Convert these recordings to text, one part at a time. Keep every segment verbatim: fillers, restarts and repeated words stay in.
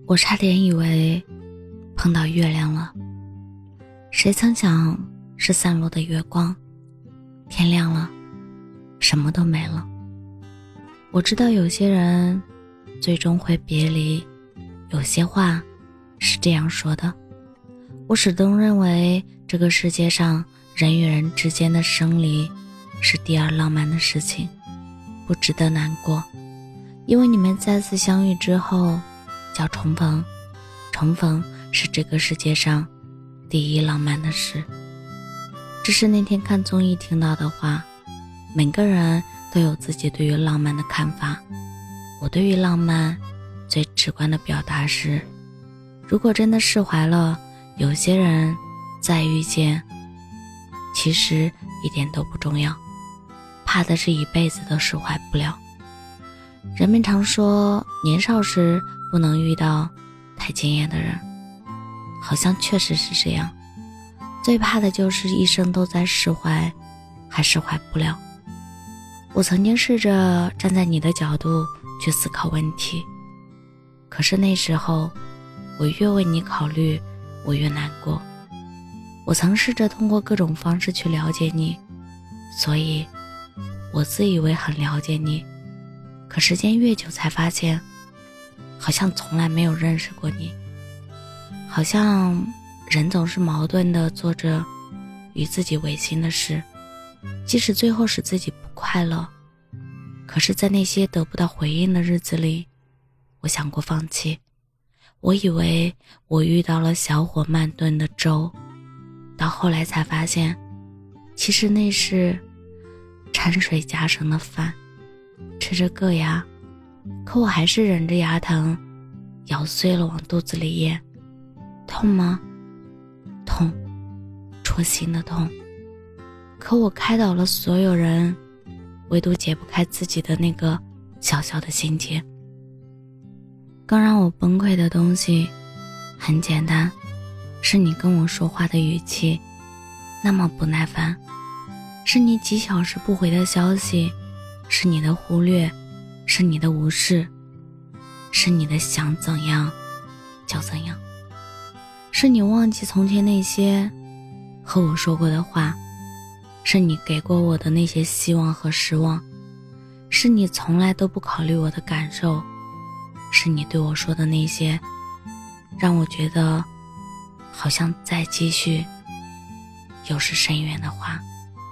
我差点以为碰到月亮了，谁曾想是散落的月光。天亮了，什么都没了。我知道有些人最终会别离，有些话是这样说的。我始终认为这个世界上人与人之间的生离是第二浪漫的事情，不值得难过。因为你们再次相遇之后叫重逢，重逢是这个世界上第一浪漫的事。这是那天看综艺听到的话，每个人都有自己对于浪漫的看法。我对于浪漫最直观的表达是，如果真的释怀了，有些人再遇见其实一点都不重要，怕的是一辈子都释怀不了。人们常说年少时不能遇到太惊艳的人，好像确实是这样。最怕的就是一生都在释怀，还释怀不了。我曾经试着站在你的角度去思考问题，可是那时候我越为你考虑，我越难过。我曾试着通过各种方式去了解你，所以我自以为很了解你，可时间越久才发现，好像从来没有认识过你。好像人总是矛盾地做着与自己违心的事，即使最后使自己不快乐，可是在那些得不到回应的日子里，我想过放弃。我以为我遇到了小火慢炖的粥，到后来才发现，其实那是掺水夹成的饭。吃着硌牙，可我还是忍着牙疼咬碎了往肚子里咽。痛吗？痛，戳心的痛。可我开导了所有人，唯独解不开自己的那个小小的心结。更让我崩溃的东西很简单，是你跟我说话的语气那么不耐烦，是你几小时不回的消息，是你的忽略，是你的无视，是你的想怎样就怎样，是你忘记从前那些和我说过的话，是你给过我的那些希望和失望，是你从来都不考虑我的感受，是你对我说的那些让我觉得好像再继续又是深渊的话。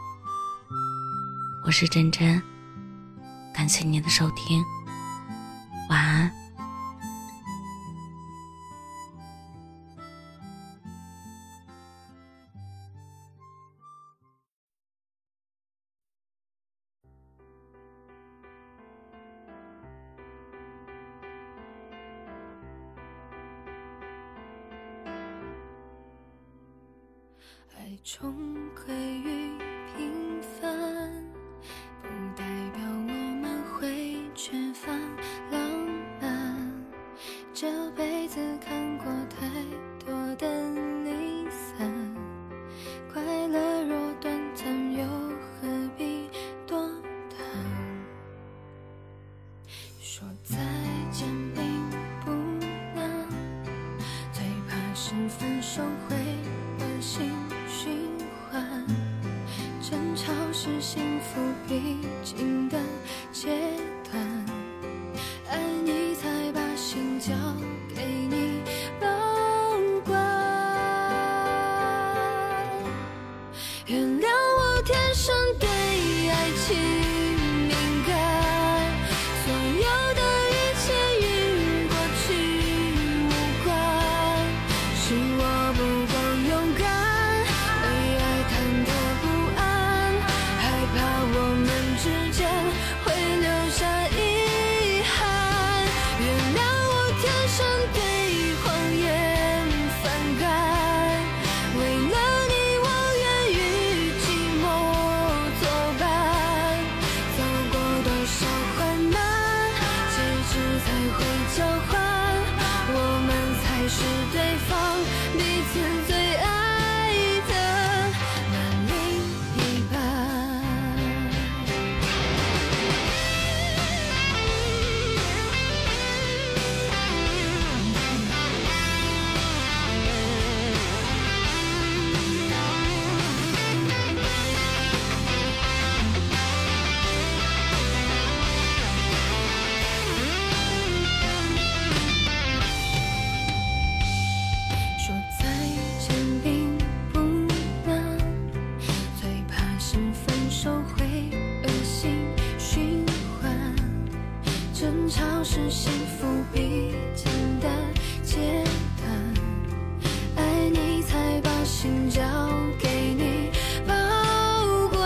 我是真真，感谢你的收听，晚安。 爱终归于平凡，不代表我们会缺乏浪漫。这辈子看过太多的离散，快乐若短暂，又何必多谈？说再见并不难，最怕是分手会恶性循环，争吵是幸福必经的阶段，爱你才把心交给你保管。原谅我天生对爱情敏感，所有的一切与过去无关，是我不够勇敢，为爱忐忑不安，害怕我们之间会留下遗憾。原谅我天生对谎言反感，为了你我愿与寂寞作伴。 是幸福比简单简单，爱你才把心交给你保管。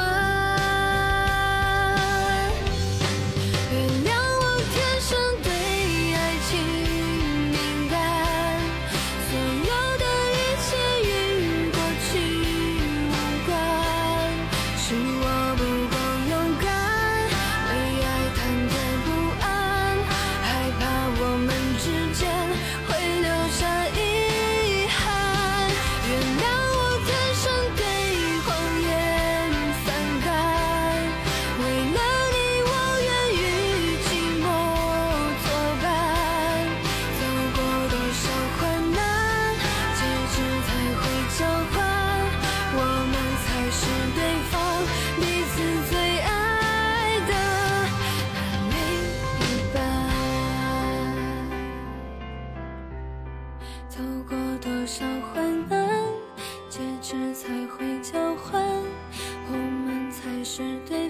原谅我天生对爱情敏感，所有的一切与过去无关，是我不够勇敢，为爱忐忑不安，害怕我们之间会留下遗憾。原谅我天生对谎言反感，为了你我愿与寂寞作伴，走过多少患难，戒指才会交换，我们才是对方彼此最爱的那另一半。走过多少患难，戒指才会交换，我们才是对